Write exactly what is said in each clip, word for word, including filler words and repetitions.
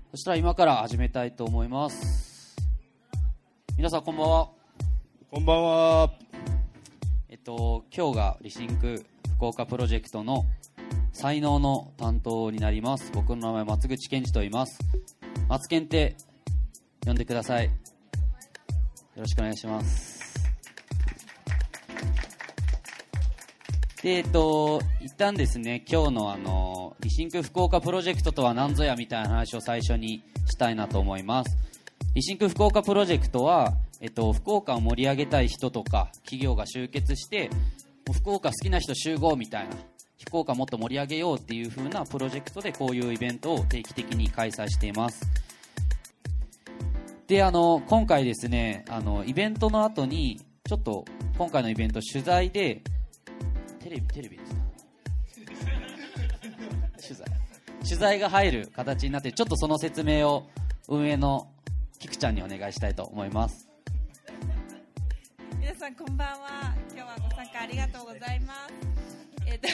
そしたら今から始めたいと思います。皆さんこんばんは。 こんばんは。 えっと今日がリシンク福岡プロジェクトの才能の担当になります。僕の名前松口健二と言います。松健って呼んでください。よろしくお願いします。でえっと一旦ですね、今日のあのリシンク福岡プロジェクトとは何ぞやみたいな話を最初にしたいなと思います。リシンク福岡プロジェクトは、えっと、福岡を盛り上げたい人とか企業が集結して福岡好きな人集合みたいな、福岡もっと盛り上げようっていう風なプロジェクトでこういうイベントを定期的に開催しています。であの今回ですね、あのイベントの後にちょっと今回のイベント取材でテレビテレビですか取材取材が入る形になって、ちょっとその説明を運営の菊ちゃんにお願いしたいと思います。 皆さんこんばんは。今日はご参加ありがとうございます。えっと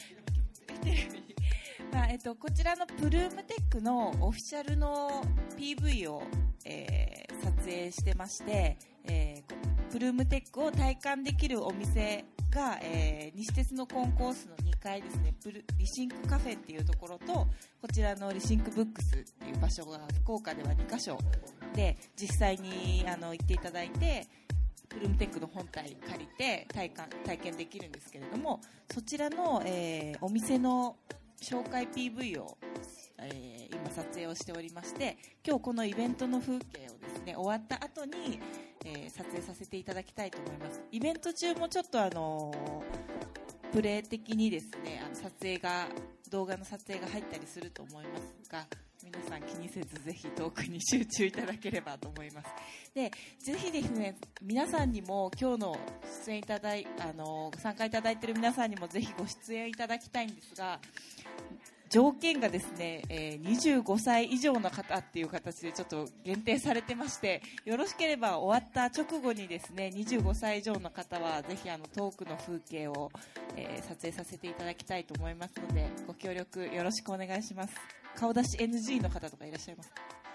まあえっと、こちらのプルームテックのオフィシャルの ピーブイ を、えー、撮影してまして、えー、プルームテックを体感できるお店が、えー、西鉄のコンコースのにかいですね、プルリシンクカフェっていうところと、こちらのリシンクブックスっていう場所が福岡ではにかしょで実際にあの行っていただいてプルームテックの本体借りて 体感体験できるんですけれども、そちらの、えー、お店の紹介 ピーブイ を、えー、今撮影をしておりまして、今日このイベントの風景をですね終わった後に、えー、撮影させていただきたいと思います。イベント中もちょっとあのー、プレー的にですね、あの撮影が動画の撮影が入ったりすると思いますが、皆さん気にせずぜひトークに集中いただければと思います。でぜひですね、皆さんにも今日の出演いただいあの参加いただいている皆さんにもぜひご出演いただきたいんですが、条件がですね、えー、にじゅうごさい以上の方っていう形でちょっと限定されてまして、よろしければ終わった直後にですねにじゅうごさい以上の方はぜひあのトークの風景を、えー、撮影させていただきたいと思いますので、ご協力よろしくお願いします。顔出し エヌジー の方とかいらっしゃいますか？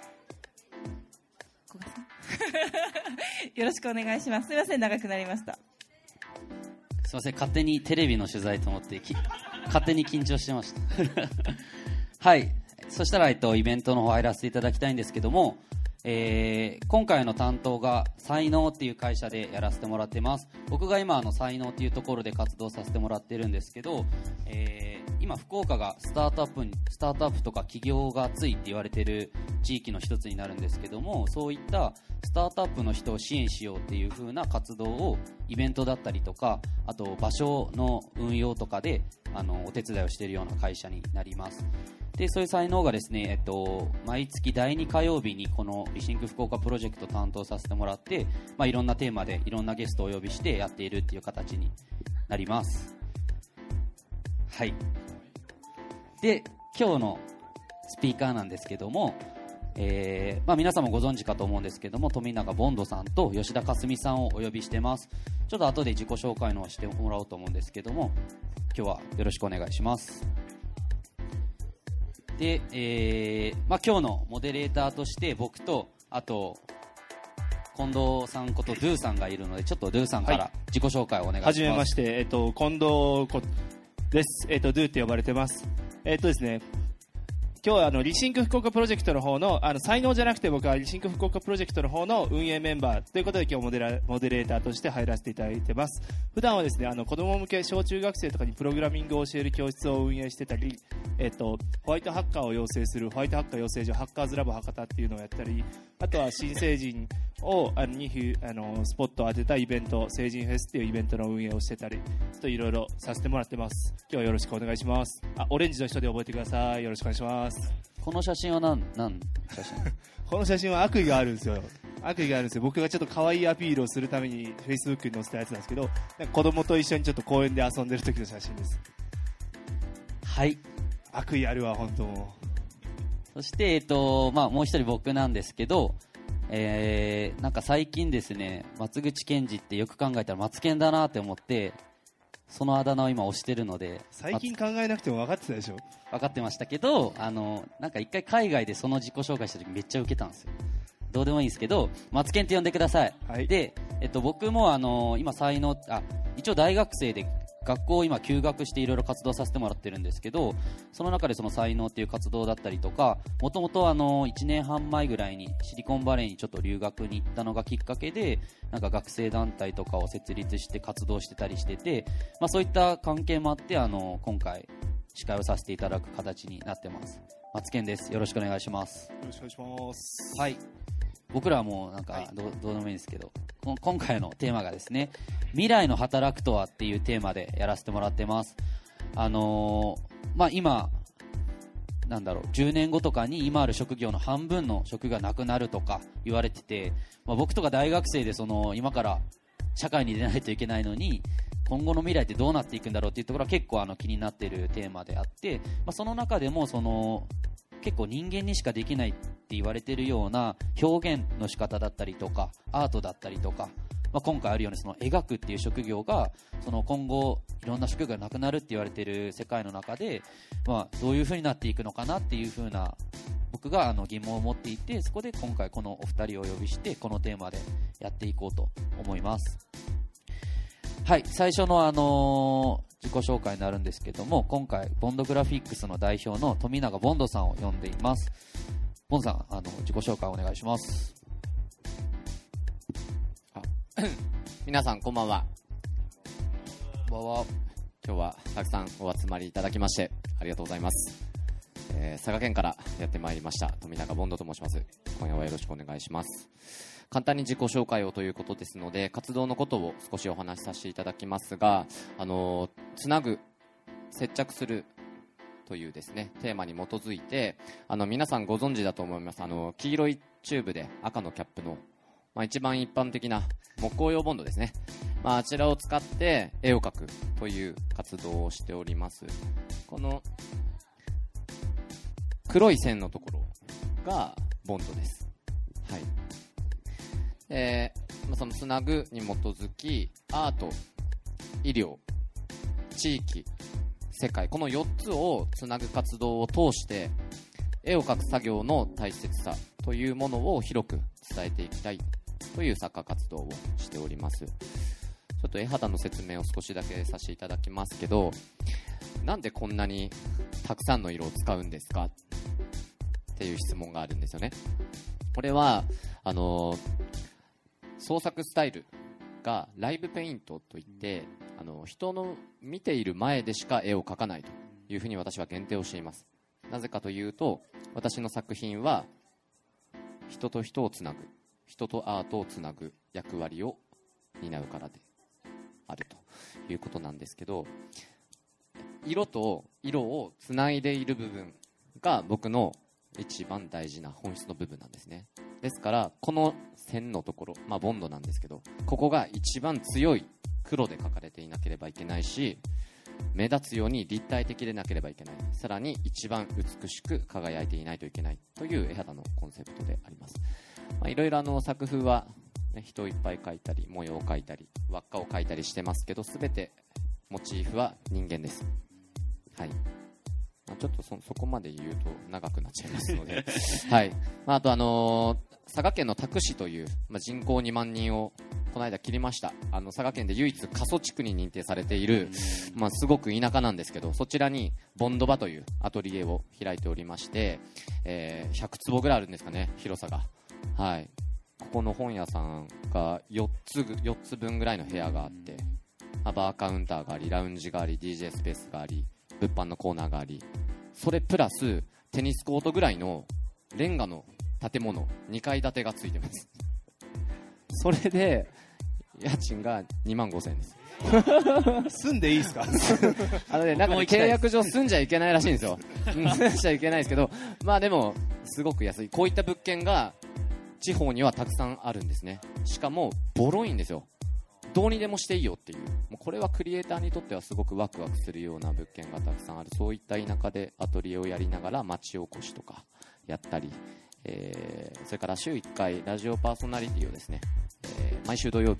小川さんよろしくお願いします。すいません、長くなりました。 すいません、勝手にテレビの取材と思ってき勝手に緊張してましたはい、そしたら、えっと、イベントの方入らせていただきたいんですけども、えー、今回の担当が才能っていう会社でやらせてもらってます。僕が今あの才能っていうところで活動させてもらってるんですけど、えー、今福岡がスタートアップにスタートアップとか起業が熱いって言われてる地域の一つになるんですけども、そういったスタートアップの人を支援しようっていう風な活動をイベントだったりとか、あと場所の運用とかであのお手伝いをしているような会社になります。でそういう才能がですね、えっと、毎月だいに火曜日にこのリシンク福岡プロジェクト担当させてもらって、まあ、いろんなテーマでいろんなゲストをお呼びしてやっているっていう形になります。はい。で今日のスピーカーなんですけども、えーまあ、皆さんもご存知かと思うんですけども、富永ボンドさんと吉田かすみさんをお呼びしてます。ちょっと後で自己紹介の方してもらおうと思うんですけども、今日はよろしくお願いします。で、えーまあ、今日のモデレーターとして僕とあと近藤さんことドゥさんがいるので、ちょっとドゥさんから自己紹介をお願いします。 はじめまして、えっと、近藤こです、えっと、ドゥって呼ばれてます。えっとですね今日はあのリシンク福岡プロジェクトの方の、あの才能じゃなくて僕はリシンク福岡プロジェクトの方の運営メンバーということで今日モデラモデレーターとして入らせていただいてます。普段はですね、あの子供向け小中学生とかにプログラミングを教える教室を運営してたり、えっと、ホワイトハッカーを養成するホワイトハッカー養成所ハッカーズラボ博多っていうのをやったり、あとは新成人をあのにあのスポットを当てたイベント、成人フェスっていうイベントの運営をしてたり、ちょっといろいろさせてもらってます。今日はよろしくお願いします。あ、オレンジの人で覚えてください。よろしくお願いします。 この写真は何何写真この写真は悪意があるんですよ。悪意があるんですよ。僕がちょっと可愛いアピールをするために Facebook に載せたやつなんですけど、なんか子供と一緒にちょっと公園で遊んでる時の写真です。 はい、 悪意あるわ本当。 そして、えっとまあ、もう一人僕なんですけど、えー、なんか最近ですね、松口健二ってよく考えたら松健だなって思って、 そのあだ名を今推してるので、 最近考えなくても分かってたでしょ。 分かってましたけど、あのなんか一回海外でその自己紹介した時めっちゃウケたんですよ。どうでもいいんですけど、マツケンって呼んでください。 はい、 で、えっと、僕もあの今才能あ一応大学生で学校を今休学していろいろ活動させてもらってるんですけど、その中でその才能っていう活動だったりとか、もともとあのいちねんはん前ぐらいにシリコンバレーにちょっと留学に行ったのがきっかけで、なんか学生団体とかを設立して活動してたりしてて、まあ、そういった関係もあってあの今回司会をさせていただく形になってます。マツケンです。よろしくお願いします。 よろしくお願いします。 はい、僕らはもうなんかどう、どうでもいいんですけど、今回のテーマがですね、未来の働くとはっていうテーマでやらせてもらってます。あのー、まあ今なんだろうじゅうねんごとかに今ある職業の半分の職がなくなるとか言われてて、まあ、僕とか大学生でその今から社会に出ないといけないのに、今後の未来ってどうなっていくんだろうっていうところは結構あの気になっているテーマであって、まあ、その中でもその結構人間にしかできないって言われているような表現の仕方だったりとかアートだったりとか、まあ、今回あるようにその描くっていう職業がその今後いろんな職業がなくなるって言われている世界の中で、まあ、どういう風になっていくのかなっていう風な僕があの疑問を持っていて、そこで今回このお二人をお呼びしてこのテーマでやっていこうと思います。はい、最初のあのー自己紹介になるんですけども、今回ボンドグラフィックスの代表の富永ボンドさんを呼んでいます。ボンさん、あの自己紹介お願いします。 あ皆さんこんばんは。 こんばんは。 今日はたくさんお集まりいただきましてありがとうございます。えー、佐賀県からやってまいりました富永ボンドと申します。今夜はよろしくお願いします。簡単に自己紹介をということですので、活動のことを少しお話しさせていただきますが、あのつなぐ、接着するというですねテーマに基づいて、あの皆さんご存知だと思います。あの黄色いチューブで赤のキャップの、まあ、一番一般的な木工用ボンドですね、まあ、あちらを使って絵を描くという活動をしております。この黒い線のところがボンドです。はい。えーまあ、そのつなぐに基づきアート、医療、地域、世界、このよっつをつなぐ活動を通して絵を描く作業の大切さというものを広く伝えていきたいという作家活動をしております。ちょっと絵肌の説明を少しだけさせていただきますけど、なんでこんなにたくさんの色を使うんですかっていう質問があるんですよね。これはあのー創作スタイルがライブペイントといって、あの人の見ている前でしか絵を描かないというふうに私は限定をしています。なぜかというと、私の作品は人と人をつなぐ、人とアートをつなぐ役割を担うからであるということなんですけど、色と色をつないでいる部分が僕の一番大事な本質の部分なんですね。ですからこの線のところ、まあボンドなんですけど、ここが一番強い黒で描かれていなければいけないし、目立つように立体的でなければいけない、さらに一番美しく輝いていないといけないという絵肌のコンセプトであります。まあ、いろいろあの作風は、ね、人をいっぱい描いたり模様を描いたり輪っかを描いたりしてますけど、全てモチーフは人間です。はい。ちょっと そ, そこまで言うと長くなっちゃいますので、はい。まあ、あとあのー、佐賀県の多久市という、まあ、人口にまんにんをこの間切りました。あの佐賀県で唯一過疎地区に認定されている、まあ、すごく田舎なんですけど、そちらにボンドバというアトリエを開いておりまして、えー、ひゃくつぼぐらいあるんですかね、広さが。はい。ここの本屋さんがよっつ、よっつぶんぐらいの部屋があって、まあ、バーカウンターがあり、ラウンジがあり、 ディージェー スペースがあり、物販のコーナーがあり、それプラステニスコートぐらいのレンガの建物にかい建てがついてます。それで家賃がにまんごせんえんです住んでいいですかあのね、なんか契約上住んじゃいけないらしいんですよ住んじゃいけないですけど、まあでもすごく安い。こういった物件が地方にはたくさんあるんですね。しかもボロいんですよ。どうにでもしていいよっていう、もうこれはクリエイターにとってはすごくワクワクするような物件がたくさんある。そういった田舎でアトリエをやりながら町おこしとかやったり、えー、それから週いっかいラジオパーソナリティをですね、えー、毎週土曜日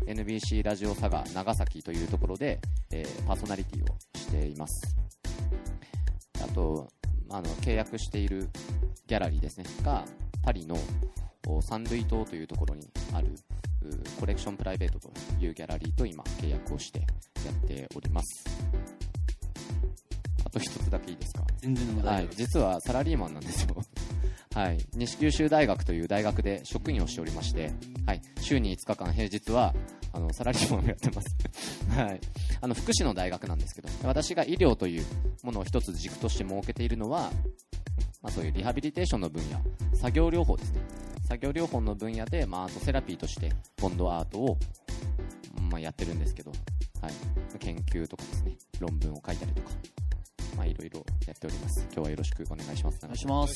エヌビーシー ラジオ佐賀長崎というところで、えー、パーソナリティをしています。あとあの契約しているギャラリーですねがパリのサンルイ島というところにあるコレクションプライベートというギャラリーと今契約をしてやっております。あと一つだけいいですか？ 全然大丈夫。 はい、実はサラリーマンなんですよはい、西九州大学という大学で職員をしておりまして、はい、週にいつかかん平日はあのサラリーマンをやってますはい、あの福祉の大学なんですけど、私が医療というものを一つ軸として設けているのは、まあ、そういうリハビリテーションの分野、作業療法ですね。作業療法の分野で、まあ、アートセラピーとしてボンドアートを、まあ、やってるんですけど、はい、研究とかですね、論文を書いたりとか、まあ、いろいろやっております。今日はよろしくお願いします。 お願いします。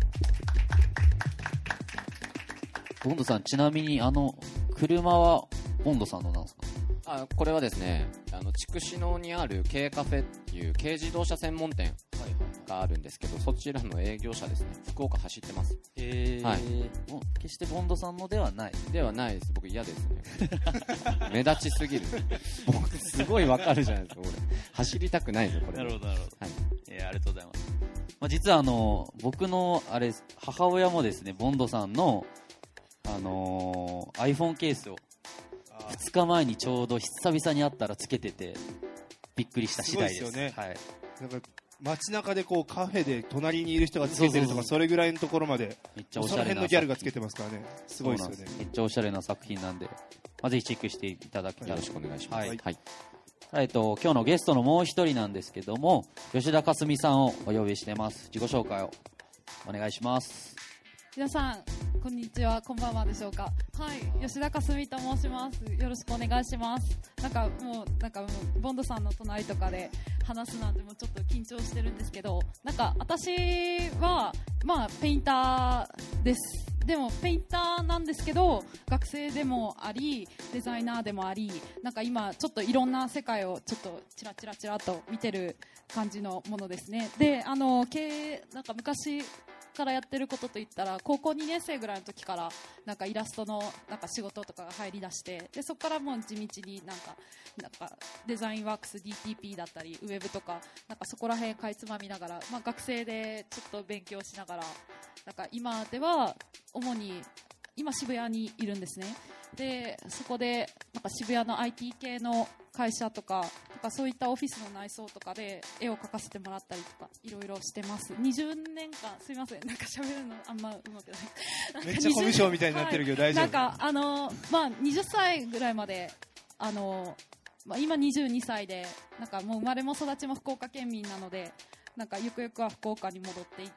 ボンドさん、ちなみにあの車はボンドさんのなんですか？ あ、これはですね、あの筑紫野にある軽カフェっていう軽自動車専門店があるんですけど、そちらの営業車ですね。福岡走ってます。 えーはい、 もう決してボンドさんのではないではないです。僕嫌ですね目立ちすぎる僕すごいわかるじゃないですか。俺走りたくないですよこれ。 なるほどなるほど、 はい、 えー、ありがとうございます。まあ、実はあの僕のあれ母親もですね、ボンドさんのあのー、iPhone ケースをふつかまえにちょうど久々に会ったらつけててびっくりした次第です。 すごいですよね。 はい、 なんか街中でこうカフェで隣にいる人がつけてるとか、それぐらいのところまでめっちゃおしゃれなその辺のギャルがつけてますからね。すごいですよね。 めっちゃおしゃれな作品なんで、まあ、ぜひチェックしていただきたい。 よろしくお願いします。 はいはい、 えっと、今日のゲストのもう一人なんですけども、吉田かすみさんをお呼びしてます。自己紹介をお願いします。 皆さんこんにちは、こんばんはでしょうか。はい、吉田かすみと申します。よろしくお願いします。なんかもうなんかもうボンドさんの隣とかで話すなんてもうちょっと緊張してるんですけど、なんか私はまあペインターです。でもペインターなんですけど、学生でもありデザイナーでもあり、なんか今ちょっといろんな世界をちょっとチラチラチラと見てる感じのものですね。で、あの経営なんか昔からやってることといったら、高校にねん生ぐらいの時からなんかイラストのなんか仕事とかが入り出して、でそこからもう地道になんかなんかデザインワークス ディーティーピー だったりウェブとかなんかそこら辺かいつまみながら、まあ、学生でちょっと勉強しながら、なんか今では主に今渋谷にいるんですね。でそこでなんか渋谷の アイティー 系の会社とかとかそういったオフィスの内装とかで絵を描かせてもらったりとかいろいろしてます。にじゅうねんかん、すいません、なんか喋るのあんまうまくないめっちゃコミュ障みたいになってるけど大丈夫？ なんかあの、まあ、はたちぐらいまであの、まあ、今にじゅうにさいでなんかもう生まれも育ちも福岡県民なので、なんかゆくゆくは福岡に戻っていって、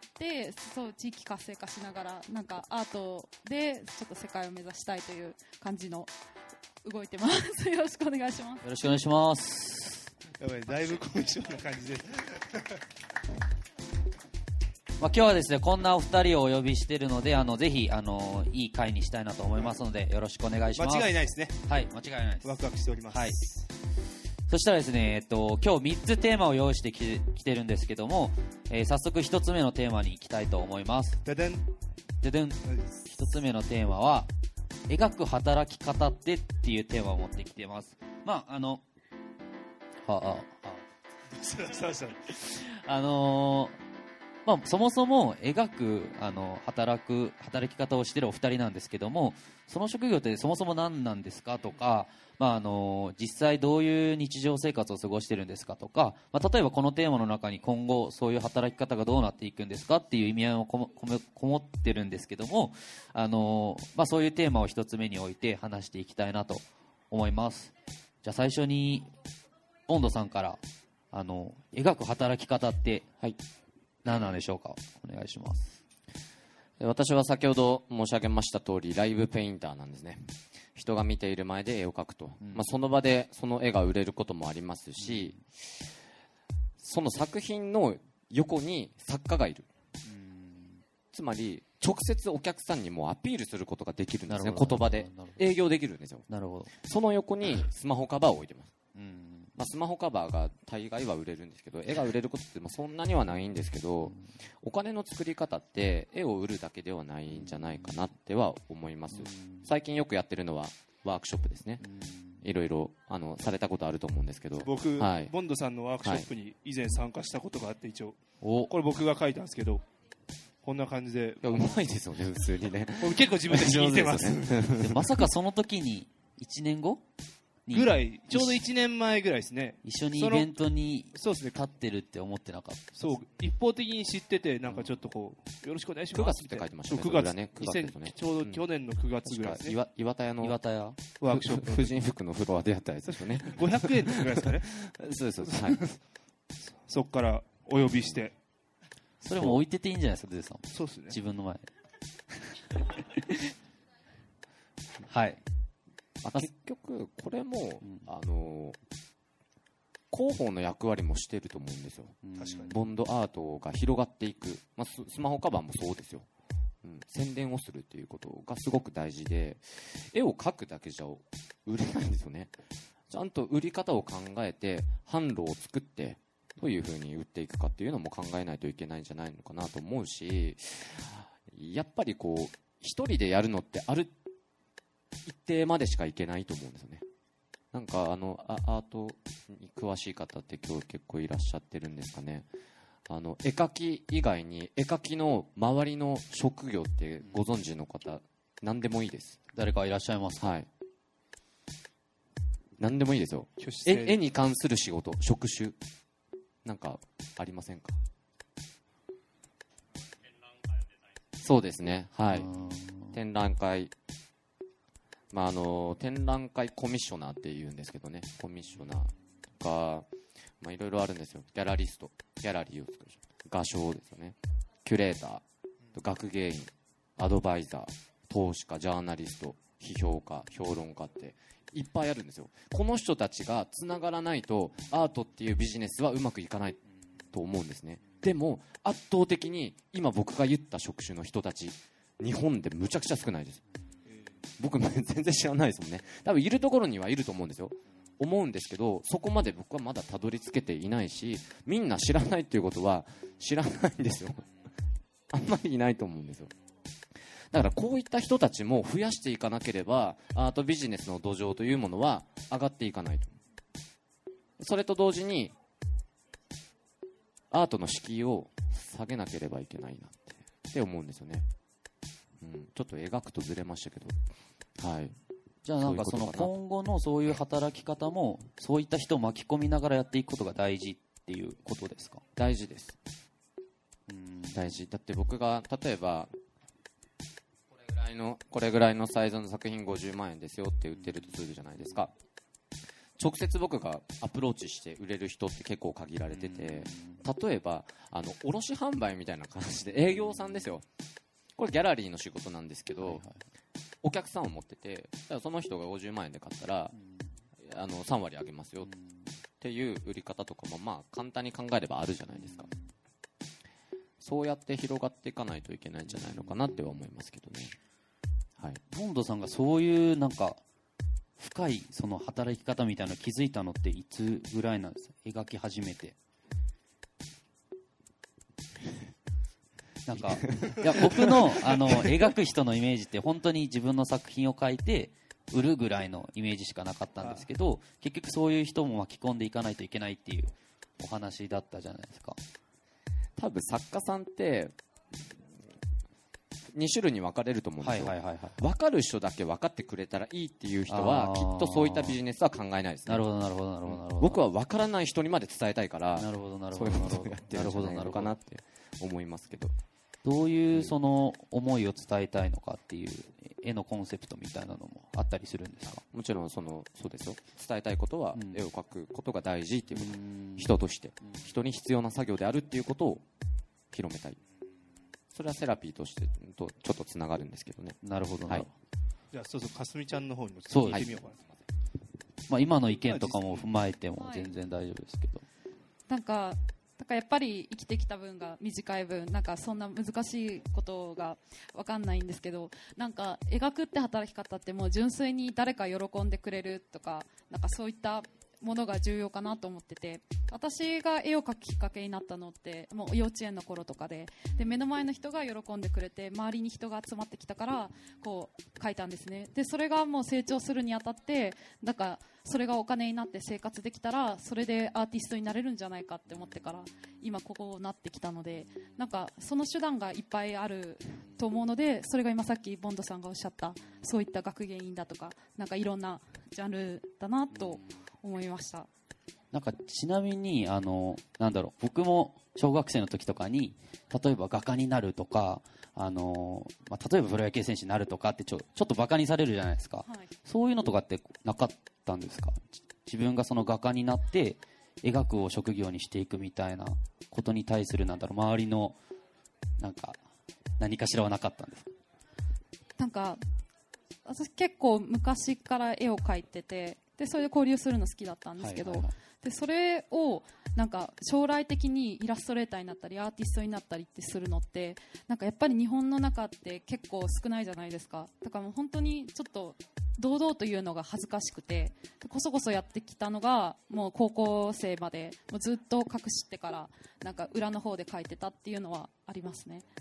そう地域活性化しながらなんかアートでちょっと世界を目指したいという感じの動いてますよろしくお願いします。 よろしくお願いします。 やばい、だいぶコミュ障な感じですまあ、今日はですねこんなお二人をお呼びしているので、あのぜひあのいい会にしたいなと思いますのでよろしくお願いします。 間違いないですね。 はい、間違いないです。 ワクワクしております。 はい、そしたらですね、えっと、今日みっつテーマを用意してきて、きてるんですけども、えー、早速ひとつめのテーマに行きたいと思います。 ででんででん。ひとつめのテーマは描く働き方ってっていうテーマを持ってきています。まああのはああああのーまあ、そもそも描くあの働く働き方をしているお二人なんですけども、その職業ってそもそも何なんですかとか、まあ、あの実際どういう日常生活を過ごしているんですかとか、まあ、例えばこのテーマの中に今後そういう働き方がどうなっていくんですかっていう意味合いもこも、こも、こもってるんですけども、あの、まあ、そういうテーマを一つ目に置いて話していきたいなと思います。じゃあ最初にボンドさんからあの描く働き方ってはい何なんでしょうか。お願いします。 私は先ほど申し上げました通りライブペインターなんですね。人が見ている前で絵を描くと、うん、まあ、その場でその絵が売れることもありますし、うん、その作品の横に作家がいる、うん、つまり直接お客さんにもアピールすることができるんですね。言葉で営業できるんですよ。 なるほど。 その横にスマホカバーを置いてます、うん、まあ、スマホカバーが大概は売れるんですけど、絵が売れることってまあそんなにはないんですけど、うん、お金の作り方って絵を売るだけではないんじゃないかなっては思います、うん、最近よくやってるのはワークショップですね、いろいろあのされたことあると思うんですけど、 僕、 はい、 ボンドさんのワークショップに以前参加したことがあって、一応おこれ僕が書いたんですけど、こんな感じで、 いやうまいですよね、普通にね僕結構自分で聞いてますでまさかその時にいちねんごにぐらい、ちょうどいちねんまえぐらいですね。 一緒にイベントにそうですね、 立ってるって思ってなかった。 そう一方的に知ってて、なんかちょっとこうよろしくお願いしますくがつって書いてましたね、 くがつ、 裏ね、くがつですね、 ちょうど去年のくがつぐらいですね、 岩岩田屋の岩田屋ワークショップ婦人服のフロアでやったやつですよねごひゃくえんぐらいですかねそうですそうです、はい、 そこからお呼びして、 それも置いてていいんじゃないですか、ドゥさんもそうですね、 自分の前ではいまあ、結局これも、 うん、 あの広報の役割もしてると思うんですよ。 確かにボンドアートが広がっていく、まあ、ス, スマホカバーもそうですよ、うん、宣伝をするっていうことがすごく大事で、絵を描くだけじゃ売れないんですよね。ちゃんと売り方を考えて販路を作ってどういう風に売っていくかっていうのも考えないといけないんじゃないのかなと思うし、やっぱりこう一人でやるのってある一定までしかいけないと思うんですよね。なんかあのアートに詳しい方って今日結構いらっしゃってるんですかね。あの絵描き以外に絵描きの周りの職業ってご存知の方何でもいいです。 誰かいらっしゃいますか？ はい、何でもいいですよ。 挙手制絵絵に関する仕事、職種なんかありませんか？そうですね、はい、展覧会、まあ、あの展覧会コミッショナーっていうんですけどね、コミッショナーとか、まあ、いろいろあるんですよ。ギャラリスト、ギャラリーを作る人、画商ですよね、キュレーター、学芸員、アドバイザー、投資家、ジャーナリスト、批評家、評論家っていっぱいあるんですよ。この人たちがつながらないとアートっていうビジネスはうまくいかないと思うんですね。でも圧倒的に今僕が言った職種の人たち、日本でむちゃくちゃ少ないです。僕も全然知らないですもんね。多分いるところにはいると思うんですよ、思うんですけど、そこまで僕はまだたどり着けていないし、みんな知らないっていうことは知らないんですよあんまりいないと思うんですよ。だからこういった人たちも増やしていかなければアートビジネスの土壌というものは上がっていかないと。それと同時にアートの敷居を下げなければいけないなってって思うんですよね、うん、ちょっと描くとずれましたけど、はい、 じゃあなんかその今後のそういう働き方もそういった人を巻き込みながらやっていくことが大事っていうことですか？ 大事です。 うん大事だって、僕が例えばこれぐらいのこれぐらいのサイズの作品ごじゅうまんえんですよって売ってるとするじゃないですか。直接僕がアプローチして売れる人って結構限られてて、例えばあの卸販売みたいな感じで営業さんですよ。これギャラリーの仕事なんですけど、はいはい、お客さんを持ってて、だからその人がごじゅうまんえんで買ったら、うん、あのさんわりあげますよっていう売り方とかもまあ簡単に考えればあるじゃないですか。そうやって広がっていかないといけないんじゃないのかなっては思いますけどね。はい、 ボンドさんがそういうなんか深いその働き方みたいなの気づいたのっていつぐらいなんですか？描き始めて。なんかいや僕のあの描く人のイメージって本当に自分の作品を描いて売るぐらいのイメージしかなかったんですけど、結局そういう人も巻き込んでいかないといけないっていうお話だったじゃないですか。 多分作家さんってに種類に分かれると思うんですよ、はいはいはいはい、分かる人だけ分かってくれたらいいっていう人はきっとそういったビジネスは考えないですね。 なるほどなるほどなるほどなるほど。 僕は分からない人にまで伝えたいから、 なるほどなるほどそういうことをやってるんじゃないのかなって思いますけど、 どういうその思いを伝えたいのかっていう絵のコンセプトみたいなのもあったりするんですか？ もちろんそのそうですよ、伝えたいことは絵を描くことが大事っていうこと、 うん、 人として人に必要な作業であるっていうことを広めたい。それはセラピーとしてとちょっとつながるんですけどね。 なるほどなるほど、 はい、じゃあそうそう、かすみちゃんの方にも聞いてみようかな、はい、 まあ、今の意見とかも踏まえても全然大丈夫ですけど、はい、 なんかだからやっぱり生きてきた分が短い分、なんかそんな難しいことが分かんないんですけど、なんか描くって働き方ってもう純粋に誰か喜んでくれるとか、なんかそういったものが重要かなと思ってて、私が絵を描くきっかけになったのってもう幼稚園の頃とかで、で目の前の人が喜んでくれて周りに人が集まってきたからこう描いたんですね。でそれがもう成長するにあたってなんかそれがお金になって生活できたらそれでアーティストになれるんじゃないかって思ってから今ここになってきたので、なんかその手段がいっぱいあると思うので、それが今さっきボンドさんがおっしゃったそういった学芸員だとかなんかいろんなジャンルだなと思いました。 なんかちなみにあのなんだろう、僕も小学生の時とかに例えば画家になるとかあの、まあ、例えばプロ野球選手になるとかってちょ、ちょっとバカにされるじゃないですか、はい、そういうのとかってなかったんですか？自分がその画家になって描くを職業にしていくみたいなことに対するなんだろう、周りのなんか何かしらはなかったんですか？ なんか私結構昔から絵を描いてて、でそれで交流するの好きだったんですけど、はいはいはい、でそれをなんか将来的にイラストレーターになったりアーティストになったりってするのってなんかやっぱり日本の中って結構少ないじゃないですか。だからもう本当にちょっと堂々というのが恥ずかしくて、こそこそやってきたのがもう高校生までもうずっと隠してからなんか裏の方で描いてたっていうのはありますね。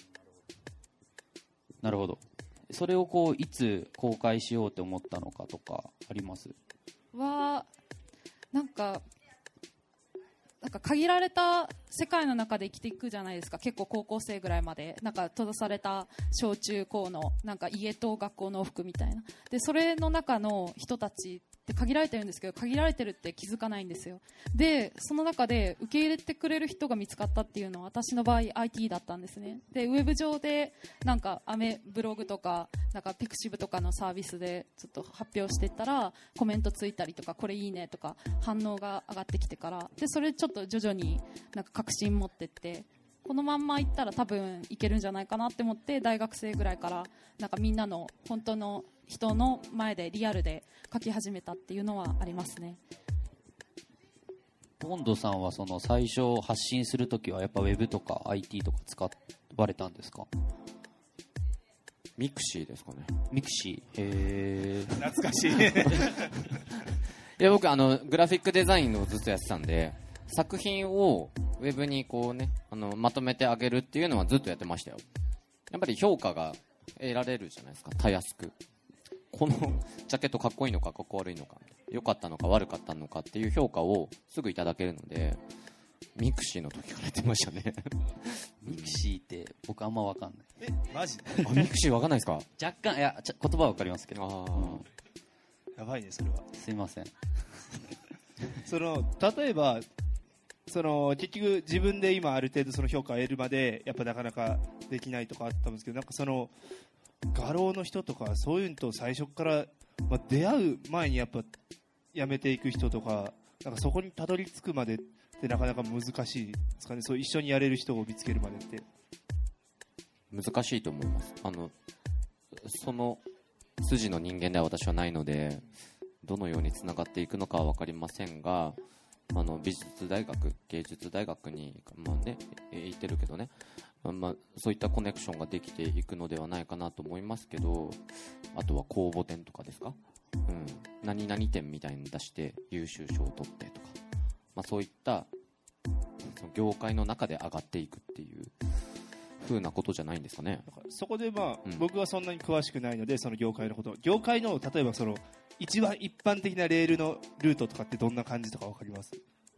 なるほど。それをこういつ公開しようと思ったのかとかあります？ はなんかなんか限られた世界の中で生きていくじゃないですか。結構高校生ぐらいまでなんか閉ざされた小中高のなんか家と学校の往復みたいなで、それの中の人たちって限られてるんですけど、限られてるって気づかないんですよ。でその中で受け入れてくれる人が見つかったっていうのは私の場合 アイティー だったんですね。でウェブ上でなんかアメブログとかなんかピクシブとかのサービスでちょっと発表していったらコメントついたりとかこれいいねとか反応が上がってきてから、でそれちょっと徐々になんか確信持ってって、このまんまいったら多分いけるんじゃないかなって思って大学生ぐらいからなんかみんなの本当の人の前でリアルで描き始めたっていうのはありますね。 ボンドさんはその最初発信するときはやっぱウェブとか アイティー とか使われたんですか？ ミクシーですかね。 ミクシー、へー、 懐かしいいや僕あのグラフィックデザインをずっとやってたんで、作品をウェブにこうねあのまとめてあげるっていうのはずっとやってましたよ。やっぱり評価が得られるじゃないですか、たやすく。このジャケットかっこいいのかかっこ悪いのか、良かったのか悪かったのかっていう評価をすぐいただけるので、ミクシーの時からやってましたねミクシーって僕あんま分かんない。 えマジであミクシー分かんないですか？ 若干いやちょ言葉は分かりますけど、 あ、 うん、 やばいねそれは。 すいませんその例えばその結局自分で今ある程度その評価を得るまでやっぱなかなかできないとかあったんですけど、なんかその画廊の人とかそういうのと最初から、まあ、出会う前にやっぱやめていく人とか、なんかそこにたどり着くまでってなかなか難しいですかね。そう一緒にやれる人を見つけるまでって難しいと思います。あのその筋の人間では私はないのでどのようにつながっていくのかは分かりませんが、あの美術大学芸術大学に、まあね、行ってるけどね、まあ、そういったコネクションができていくのではないかなと思いますけど、あとは公募展とかですか、うん、何々展みたいに出して優秀賞を取ってとか、まあ、そういったその業界の中で上がっていくっていう風なことじゃないんですかね。 そこで、まあうん、 僕はそんなに詳しくないのでその業界のこと業界の例えばその一番一般的なレールのルートとかってどんな感じとか分かります？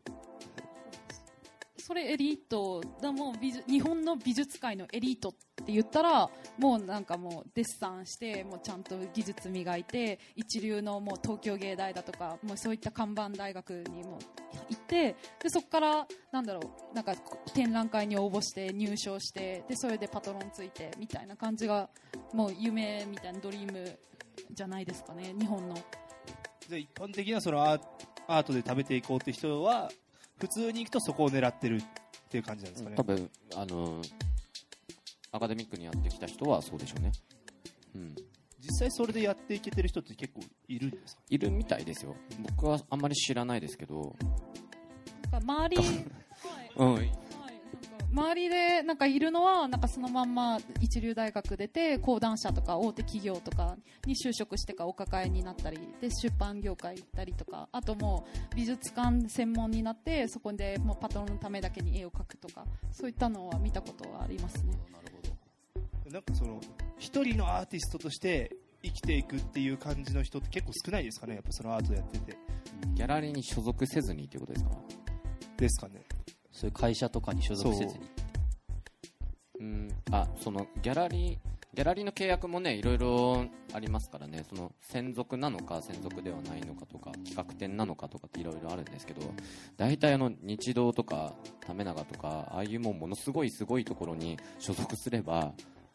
それエリートだ。もう美術日本の美術界のエリートって言ったらもうなんかもうデッサンしてもうちゃんと技術磨いて一流のもう東京芸大だとかもうそういった看板大学にも行って、でそこからなんだろうなんか展覧会に応募して入賞して、でそれでパトロンついてみたいな感じがもう夢みたいなドリームじゃないですかね、日本の。 で一般的なそのアー、アートで食べていこうって人は普通に行くとそこを狙ってるっていう感じなんですかね。 多分あのアカデミックにやってきた人はそうでしょうね、うん、 実際それでやっていけてる人って結構いるんですか？ いるみたいですよ。僕はあんまり知らないですけど、 なんか周り、はいうん、 はい、なんか周りでなんかいるのはなんかそのまんま一流大学出て講談社とか大手企業とかに就職してかお抱えになったりで出版業界行ったりとか、あともう美術館専門になってそこでもうパトロンのためだけに絵を描くとか、そういったのは見たことはありますね。 なるほど。 なんかその一人のアーティストとして生きていくっていう感じの人って結構少ないですかね、やっぱそのアートやってて。 ギャラリーに所属せずにっていうことですか？ ですかね。 そういう会社とかに所属せずに。 うん、あ、そのギャラリーギャラリーの契約もねいろいろありますからね、その専属なのか専属ではないのかとか企画展なのかとかっていろいろあるんですけど、大体あの日堂とか為永とかああいうもんものすごいすごいところに所属すれば、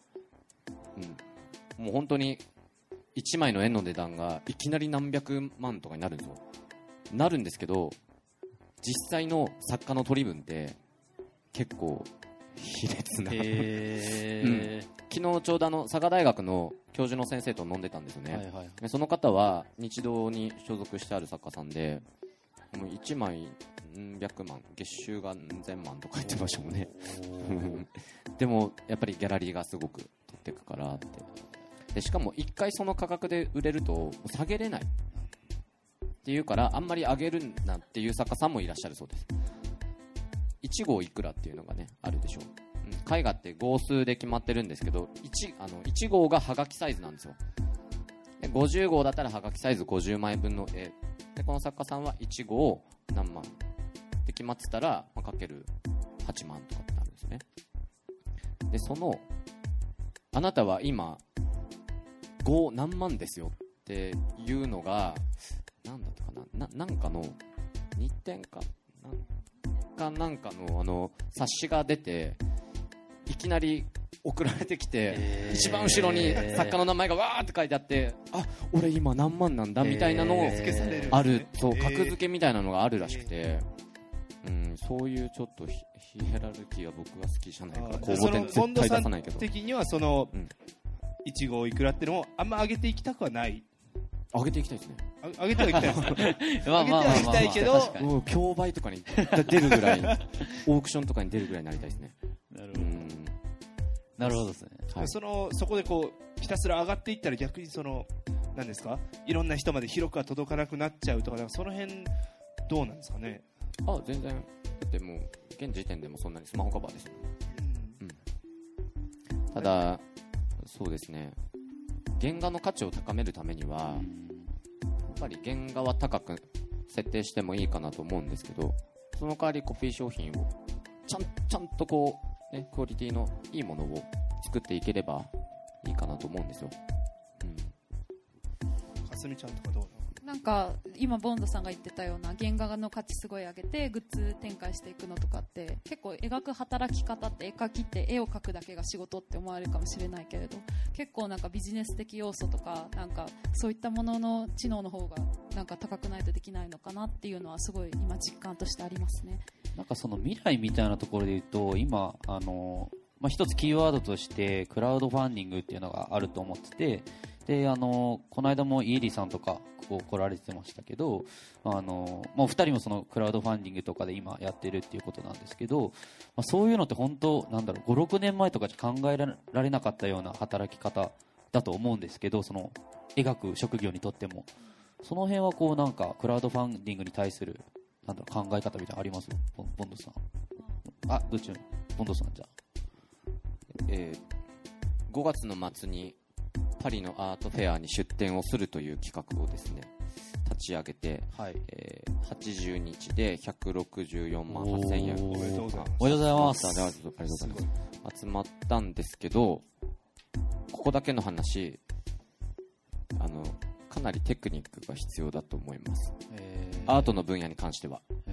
うん、もう本当にいちまいの絵の値段がいきなり何百万とかになるんですよ。なるんですけど実際の作家の取り分って結構卑劣な、 へーうん、昨日ちょうどあの佐賀大学の教授の先生と飲んでたんですよね、 はいはい、 でその方は日堂に所属してある作家さんでもういちまい何百万月収が何千万とか言ってましたもんねでもやっぱりギャラリーがすごく取っていくからって、でしかもいっかいその価格で売れると下げれないっていうからあんまり上げるなっていう作家さんもいらっしゃるそうです。いち号いくらっていうのがねあるでしょう、うん、絵画って号数で決まってるんですけど 1, あのいち号がはがきサイズなんですよ。でごじゅう号だったらはがきサイズごじゅうまいぶんの絵で、この作家さんはいち号何万って決まってたら、まあ、かけるはちまんとかってなるんですね。でそのあなたは今ご何万ですよっていうのがなんだったかな、な、なんかの日展かなんかなんかのあの冊子が出ていきなり送られてきて、一番後ろに作家の名前がわーって書いてあって、あ、俺今何万なんだみたいなのをある、そう格付けみたいなのがあるらしくて、うん、そういうちょっとヒエラルキーは僕は好きじゃないから公募展絶対出さないけど、 的にはその、うん、いち号いくらってのをあんま上げていきたくはない。 上げていきたいですね。 上げてはいきたいですまあまあまあまあ、上げてはいきたいけど、 うん、競売とかに出るぐらいオークションとかに出るぐらいになりたいですね。 なるほど、うん、なるほどですね、 はい、そのそこでこうひたすら上がっていったら逆にその何ですか、いろんな人まで広くは届かなくなっちゃうとか、なんかその辺どうなんですかね。 あ、全然だってもう現時点でもそんなにスマホカバーですもん、うんうん、ただそうですね、原画の価値を高めるためにはやっぱり原画は高く設定してもいいかなと思うんですけど、その代わりコピー商品をちゃんちゃんとこう、ね、クオリティのいいものを作っていければいいかなと思うんですよ、 うん、かすみちゃんとかどうなの。 なんか今ボンドさんが言ってたような原画の価値すごい上げてグッズ展開していくのとかって結構描く働き方って絵描きって絵を描くだけが仕事って思われるかもしれないけれど、結構なんかビジネス的要素とかなんかそういったものの知能の方がなんか高くないとできないのかなっていうのはすごい今実感としてありますね。 なんかその未来みたいなところで言うと今あの、まあ、一つキーワードとしてクラウドファンディングっていうのがあると思ってて、であのこの間もイエリさんとかここ来られてましたけど、あのもうふたりもそのクラウドファンディングとかで今やってるっていうことなんですけど、まあ、そういうのって本当なんだろうごろくねんまえとかじゃ考えられなかったような働き方だと思うんですけど、その描く職業にとってもその辺はこうなんかクラウドファンディングに対するなんだろう考え方みたいなのあります？ボンドさん。あ、どっちのボンドさんじゃあ、 えー、ごがつの末にパリのアートフェアに出展をするという企画をですね立ち上げて、はい、えー、はちじゅうにちでひゃくろくじゅうよんまんはっせんえん、 おめでとうございます。 おめでとうございます。 ありがとうございます。集まったんですけど、ここだけの話、あのかなりテクニックが必要だと思います。アートの分野に関しては、うん、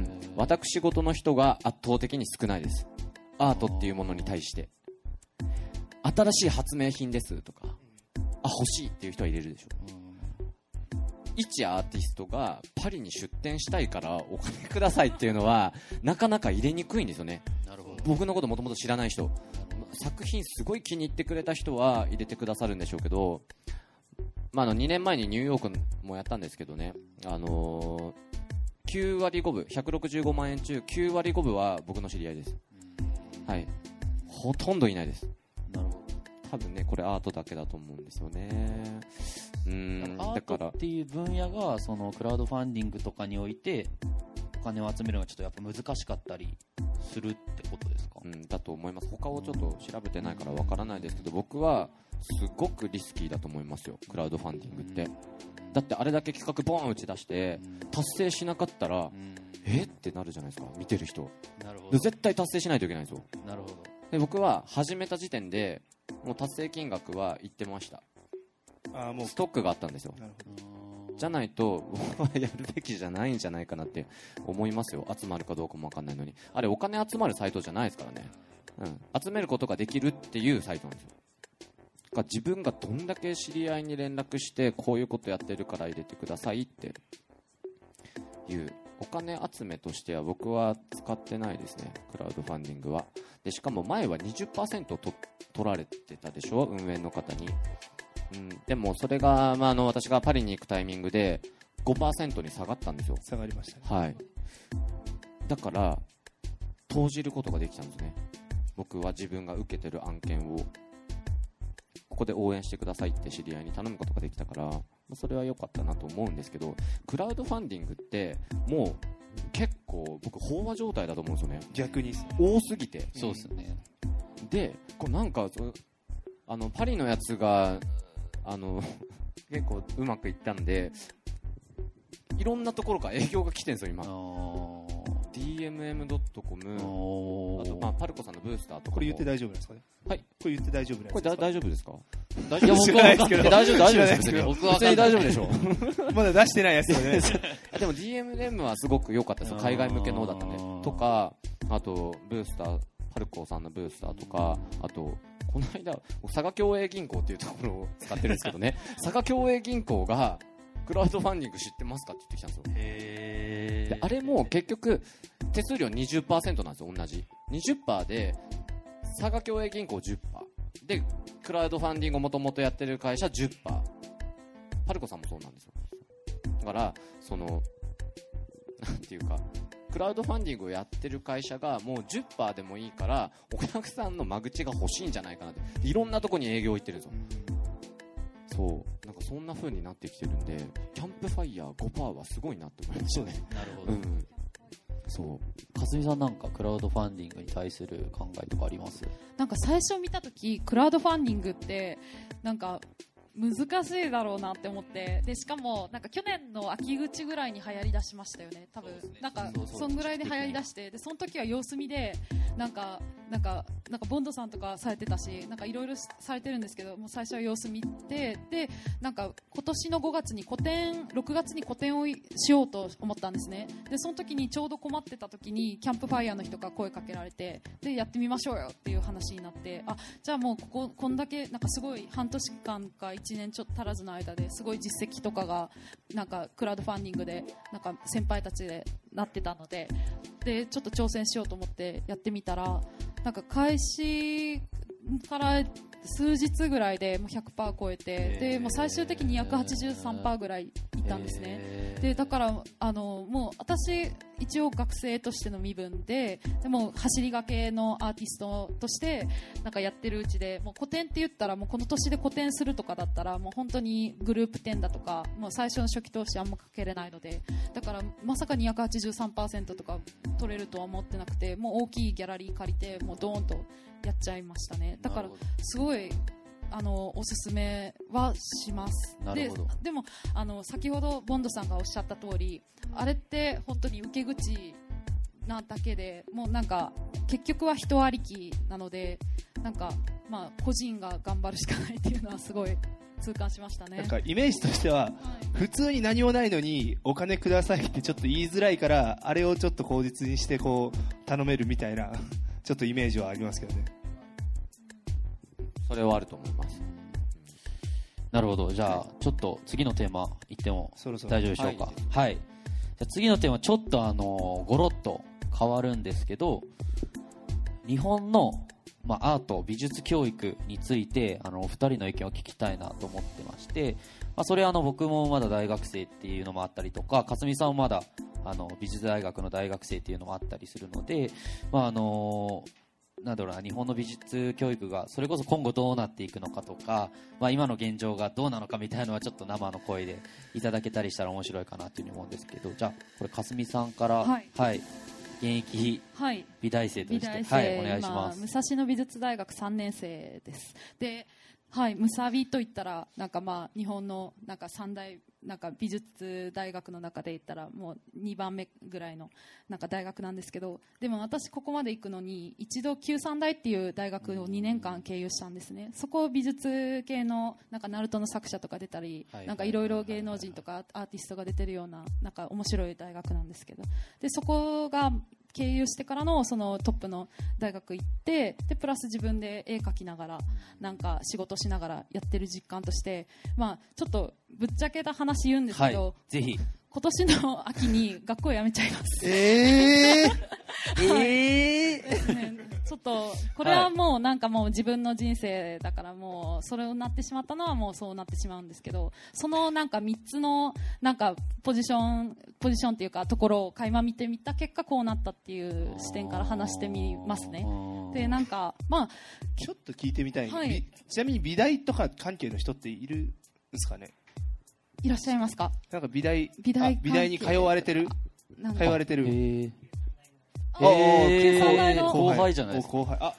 私事の人が圧倒的に少ないです。アートっていうものに対して新しい発明品ですとか、あ、欲しいっていう人は入れるでしょう。一アーティストがパリに出展したいからお金くださいっていうのはなかなか入れにくいんですよね。なるほど。僕のこともともと知らない人、作品すごい気に入ってくれた人は入れてくださるんでしょうけど、まあ、あのにねんまえにニューヨークもやったんですけどね、あのー、きゅうわりごぶひゃくろくじゅうごまんえん中きゅうわりごぶは僕の知り合いです。 はい、ほとんどいないです。 なるほど。 多分ねこれアートだけだと思うんですよね。うーんアートっていう分野がそのクラウドファンディングとかにおいてお金を集めるのがちょっとやっぱ難しかったりするってことですか？ うん、だと思います。他をちょっと調べてないからわからないですけど、僕はすごくリスキーだと思いますよ、クラウドファンディングって。だってあれだけ企画ボーン打ち出して達成しなかったらえってなるじゃないですか、見てる人。 なるほど。 絶対達成しないといけないんですよ。 なるほど。 で僕は始めた時点でもう達成金額は言ってました。 あもうストックがあったんですよ。 なるほど。 じゃないと僕はやるべきじゃないんじゃないかなって思いますよ。集まるかどうかも分かんないのに。あれお金集まるサイトじゃないですからね、うん、集めることができるっていうサイトなんですよ。だから自分がどんだけ知り合いに連絡してこういうことやってるから入れてくださいっていうお金集めとしては僕は使ってないですね、クラウドファンディングは。でしかも前は にじゅっパーセント と取られてたでしょ、運営の方に。うん、でもそれが、まあ、あの私がパリに行くタイミングで ごパーセント に下がったんですよ。 下がりましたね。 はい。だから投じることができたんですね。僕は自分が受けてる案件をここで応援してくださいって知り合いに頼むことができたから、それは良かったなと思うんですけど、クラウドファンディングってもう結構僕飽和状態だと思うんですよね。 逆に多すぎて。 そうですね。 でこうなんかそあのパリのやつがあの結構うまくいったんで、いろんなところから営業が来てるんですよ今。 ディーエムエムドットコム、 あと、まあ、パルコさんのブースターとかも。 これ言って大丈夫ですかね。 はい、 これ言って大丈夫ですか。 これだ大丈夫ですか。 大丈夫。 知らないですけど大丈夫大丈夫です知らないですけど僕は別に大丈夫でしょうまだ出してないやつよねでも ディーエムエム はすごく良かったですよ、海外向けのだったんで。とかあとブースター、パルコさんのブースターとか、あとこの間佐賀共栄銀行っていうところを使ってるんですけどね佐賀共栄銀行がクラウドファンディング知ってますかって言ってきたんですよ。 へー。 であれも結局手数料 にじゅっパーセント なんですよ。同じ にじゅっパーセント で佐賀共栄銀行 じゅっパーセント でクラウドファンディングをもともとやってる会社 じゅっパーセント、 パルコさんもそうなんですよ。だからそのなんていうかクラウドファンディングをやってる会社がもう じゅっパーセント でもいいからお客さんの間口が欲しいんじゃないかなって、いろんなとこに営業行ってるんですよ。そうなんかそんな風になってきてるんで、キャンプファイヤー ごパーセント はすごいなって思いましたね。 なるほど。 うん、そうかすみさんなんかクラウドファンディングに対する考えとかあります？ なんか最初見たときクラウドファンディングってなんか難しいだろうなって思って、でしかもなんか去年の秋口ぐらいに流行り出しましたよね多分。なんかそんぐらいで流行り出して、でその時は様子見でなんかなんかなんかボンドさんとかされてたし、なんかいろいろされてるんですけど、もう最初は様子見て、でなんか今年のごがつに個展、ろくがつに個展をしようと思ったんですね。でその時にちょうど困ってた時にキャンプファイヤーの人が声かけられて、でやってみましょうよっていう話になって、あじゃあもうこここんだけなんかすごい半年間かいちねんちょっと足らずの間ですごい実績とかがなんかクラウドファンディングでなんか先輩たちでなってたので、でちょっと挑戦しようと思ってやってみたら、なんか開始から数日ぐらいでもう ひゃくパーセント 超えて、でもう最終的に にひゃくはちじゅうさんパーセント ぐらいいったんですね。でだからあのもう私一応学生としての身分で、でも走りがけのアーティストとしてなんかやってるうちで、もう個展って言ったらもうこの年で個展するとかだったらもう本当にグループ展だとかもう最初の初期投資あんまかけれないので、だからまさか にひゃくはちじゅうさんパーセント とか取れるとは思ってなくて、もう大きいギャラリー借りてもうドーンとやっちゃいましたね。だからすごいあのおすすめはします。で, でもあの先ほどボンドさんがおっしゃった通り、あれって本当に受け口なだけで、もうなんか結局は人ありきなので、なんかまあ個人が頑張るしかないっていうのはすごい痛感しましたね。 なんかイメージとしては、はい、普通に何もないのにお金くださいってちょっと言いづらいから、あれをちょっと口実にしてこう頼めるみたいなちょっとイメージはありますけどね。 それはあると思います。 なるほど。じゃあちょっと次のテーマいっても大丈夫でしょうか。はい、はい、じゃあ次のテーマちょっとあのゴロッと変わるんですけど、日本の、まあ、アート美術教育についてあのお二人の意見を聞きたいなと思ってまして、まあ、それはあの僕もまだ大学生っていうのもあったりとか、かすみさんもまだあの美術大学の大学生っていうのもあったりするので、まああのなんだろうな、日本の美術教育がそれこそ今後どうなっていくのかとか、まあ、今の現状がどうなのかみたいなのはちょっと生の声でいただけたりしたら面白いかなというふうに思うんですけど、じゃあこれかすみさんから、 はい、 はい、現役美大生として、 はい、 はい、お願いします。 武蔵野美術大学さんねん生です。で、はい、ムサビといったらなんかまあ日本のなんか三大なんか美術大学の中で言ったらもうにばんめぐらいのなんか大学なんですけど、でも私ここまで行くのに一度九三大っていう大学をにねんかん経由したんですね。そこ美術系のなんかナルトの作者とか出たり、なんかいろいろ芸能人とかアーティストが出てるようななんか面白い大学なんですけど、でそこが経由してからのそのトップの大学行って、でプラス自分で絵描きながらなんか仕事しながらやってる実感として、まあちょっとぶっちゃけた話言うんですけど、 はい、ぜひ今年の秋に学校辞めちゃいます。 えーえーね、ちょっとこれはもうなんかもう自分の人生だからもうそれをなってしまったのはもうそうなってしまうんですけど、そのなんかみっつのなんかポジションポジションっていうかところを垣間見てみた結果こうなったっていう視点から話してみますね。でなんかまあちょっと聞いてみたい、 はい、 ちなみに美大とか関係の人っているんですかね。 いらっしゃいますか。 なんか美大美大美大に通われてる通われてる。 へーえー、 後輩じゃないですか。 後輩あ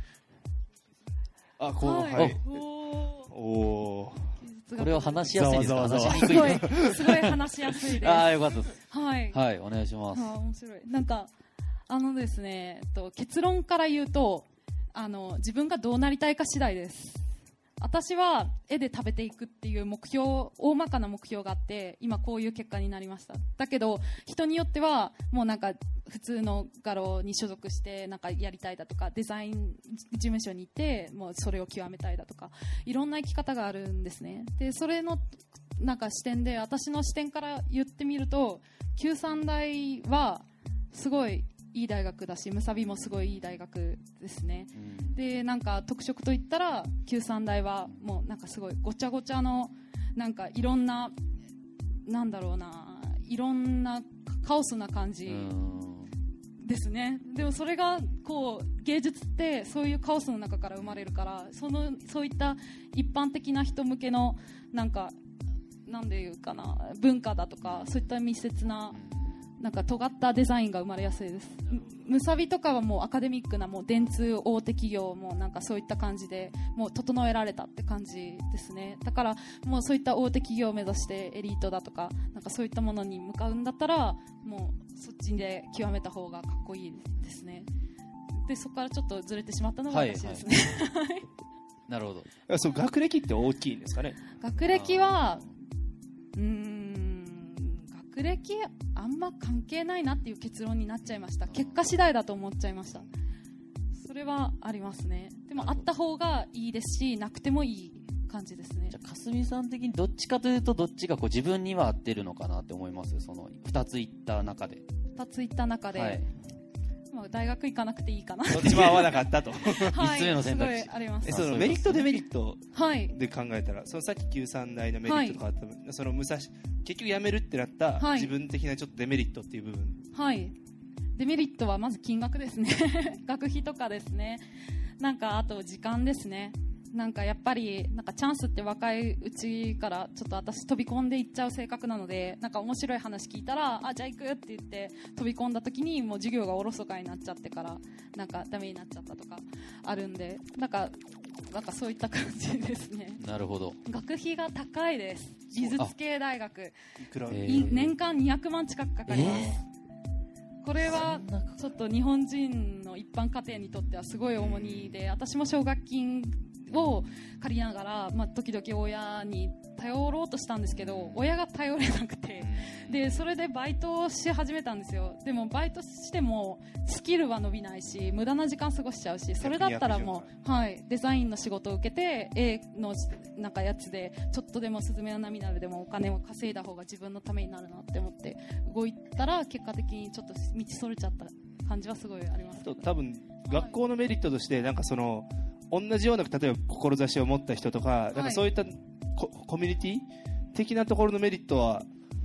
あ後輩、はい、おおこれは話しやすいですか。話しにくいすごいすごい話しやすいです。 ああよかったです。 はいはいお願いします。 あ面白い。なんかあのですね、えっと結論から言うとあの自分がどうなりたいか次第です。私は絵で食べていくっていう目標大まかな目標があって今こういう結果になりました。だけど人によってはもうなんか普通の画廊に所属してなんかやりたいだとかデザイン事務所に行ってもうそれを極めたいだとかいろんな生き方があるんですね。でそれのなんか視点で私の視点から言ってみると九三大はすごいいい大学だしムサビもすごいいい大学ですね、うん、でなんか特色といったら九三大はもうなんかすごいごちゃごちゃのなんかいろんななんだろうないろんなカオスな感じですね。でもそれがこう芸術ってそういうカオスの中から生まれるからそのそういった一般的な人向けのなんかなんでいうかな文化だとかそういった密接ななんか尖ったデザインが生まれやすいです。ムサビとかはもうアカデミックなもう電通大手企業もなんかそういった感じでもう整えられたって感じですね。だからもうそういった大手企業を目指してエリートだとかなんかそういったものに向かうんだったらもうそっちで極めた方がかっこいいですね。でそこからちょっとずれてしまったのが私ですね、はいはい、 なるほど。 そう学歴って大きいんですかね。 学歴はうーん学歴あんま関係ないなっていう結論になっちゃいました。結果次第だと思っちゃいました。それはありますね。でもあった方がいいですしなくてもいい感じですね。 じゃあかすみさん的にどっちかというとどっちがこう自分には合ってるのかなって思います。そのふたついった中でふたついった中で、はいまあ、大学行かなくていいかなどっちも合わなかったと、 はい、 みっつめの選択肢あります。 えそのメリットデメリットで考えたら、はい、そのさっき九三大のメリットとかあった、はい、その武蔵結局辞めるってなった、はい、自分的なちょっとデメリットっていう部分。 はいデメリットはまず金額ですね学費とかですね。なんかあと時間ですね。なんかやっぱりなんかチャンスって若いうちからちょっと私飛び込んでいっちゃう性格なのでなんか面白い話聞いたらあじゃあ行くって言って飛び込んだ時にもう授業がおろそかになっちゃってからなんかダメになっちゃったとかあるんでなんかなんかそういった感じですね。 なるほど。 学費が高いです。美術系大学いくら、 えー、年間にひゃくまん近くかかります、えー、これはちょっと日本人の一般家庭にとってはすごい重荷で私も奨学金を借りながら、まあ、時々親に頼ろうとしたんですけど親が頼れなくてでそれでバイトをし始めたんですよ。でもバイトしてもスキルは伸びないし無駄な時間過ごしちゃうしそれだったらもう、はい、デザインの仕事を受けて絵のなんかやつでちょっとでもスズメの涙でもお金を稼いだ方が自分のためになるなって思って動いたら結果的にちょっと道それちゃった感じはすごいあります。 多分学校のメリットとしてなんかその同じような例えば志を持った人とか、はい、なんかそういった コ, コミュニティ的なところのメリットは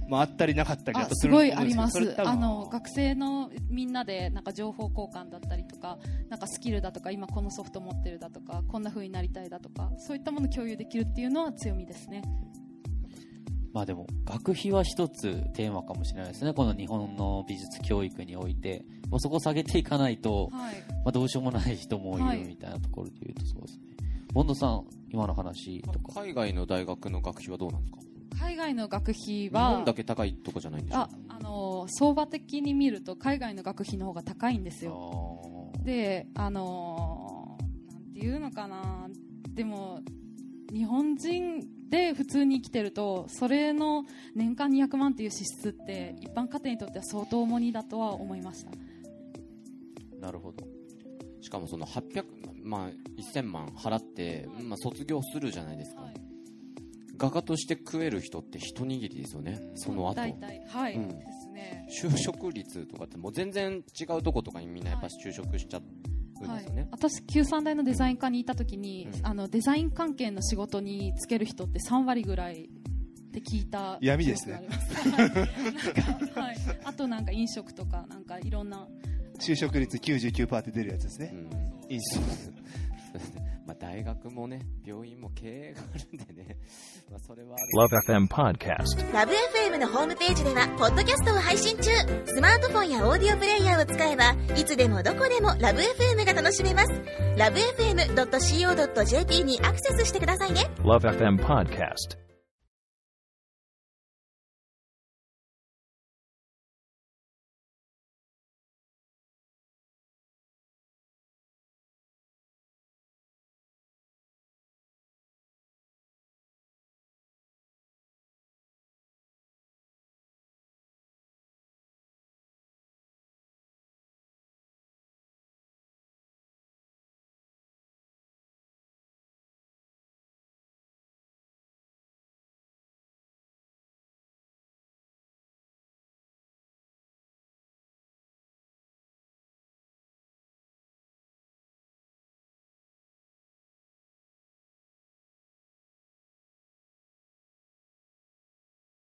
まあ、あったりなかったりだあとするんですけど、 すごいあります。 それ多分あの学生のみんなでなんか情報交換だったりとか、なんかスキルだとか、今このソフト持ってるだとか、こんな風になりたいだとか、そういったものを共有できるっていうのは強みですね。 まあでも学費は一つテーマかもしれないですね。この日本の美術教育においてもうそこを下げていかないと、はい、まあ、どうしようもない人もいるみたいなところで言うとそうですね。ボンドさん、今の話とか海外の大学の学費はどうなんですか？ 海外の学費は日本だけ高いとかじゃないんでしょう？ あ、あの相場的に見ると海外の学費の方が高いんですよ。で、あのなんていうのかな、でも日本人で普通に生きてるとそれの年間にひゃくまんっていう支出って一般家庭にとっては相当重荷だとは思いました。 なるほど。しかもそのはっぴゃく、まあ、せんまん払って、まあ、卒業するじゃないですか、はい、画家として食える人って一握りですよね、その後大体、はい、 うん、 ですね。 就職率とかってもう全然違うとことかにみんなやっぱ就職しちゃう、はい、ね、 私きゅうさん大のデザイン科にいた時に、うん、あのデザイン関係の仕事に就ける人ってさんわりぐらいって聞いた闇ですね。 なんか、はい、あとなんか飲食とかなんかいろんな就職率 きゅうじゅうきゅうパーセント って出るやつですね、うん、飲食まあ大学もね病院も経営があるんでね、まあ、それはラブエフエム Podcast ラブ エフエム のホームページではポッドキャストを配信中。スマートフォンやオーディオプレイヤーを使えばいつでもどこでもラブ エフエム が楽しめます。ラブエフエムドットシーオードットジェーピー にアクセスしてくださいね。 ラブエフエム Podcast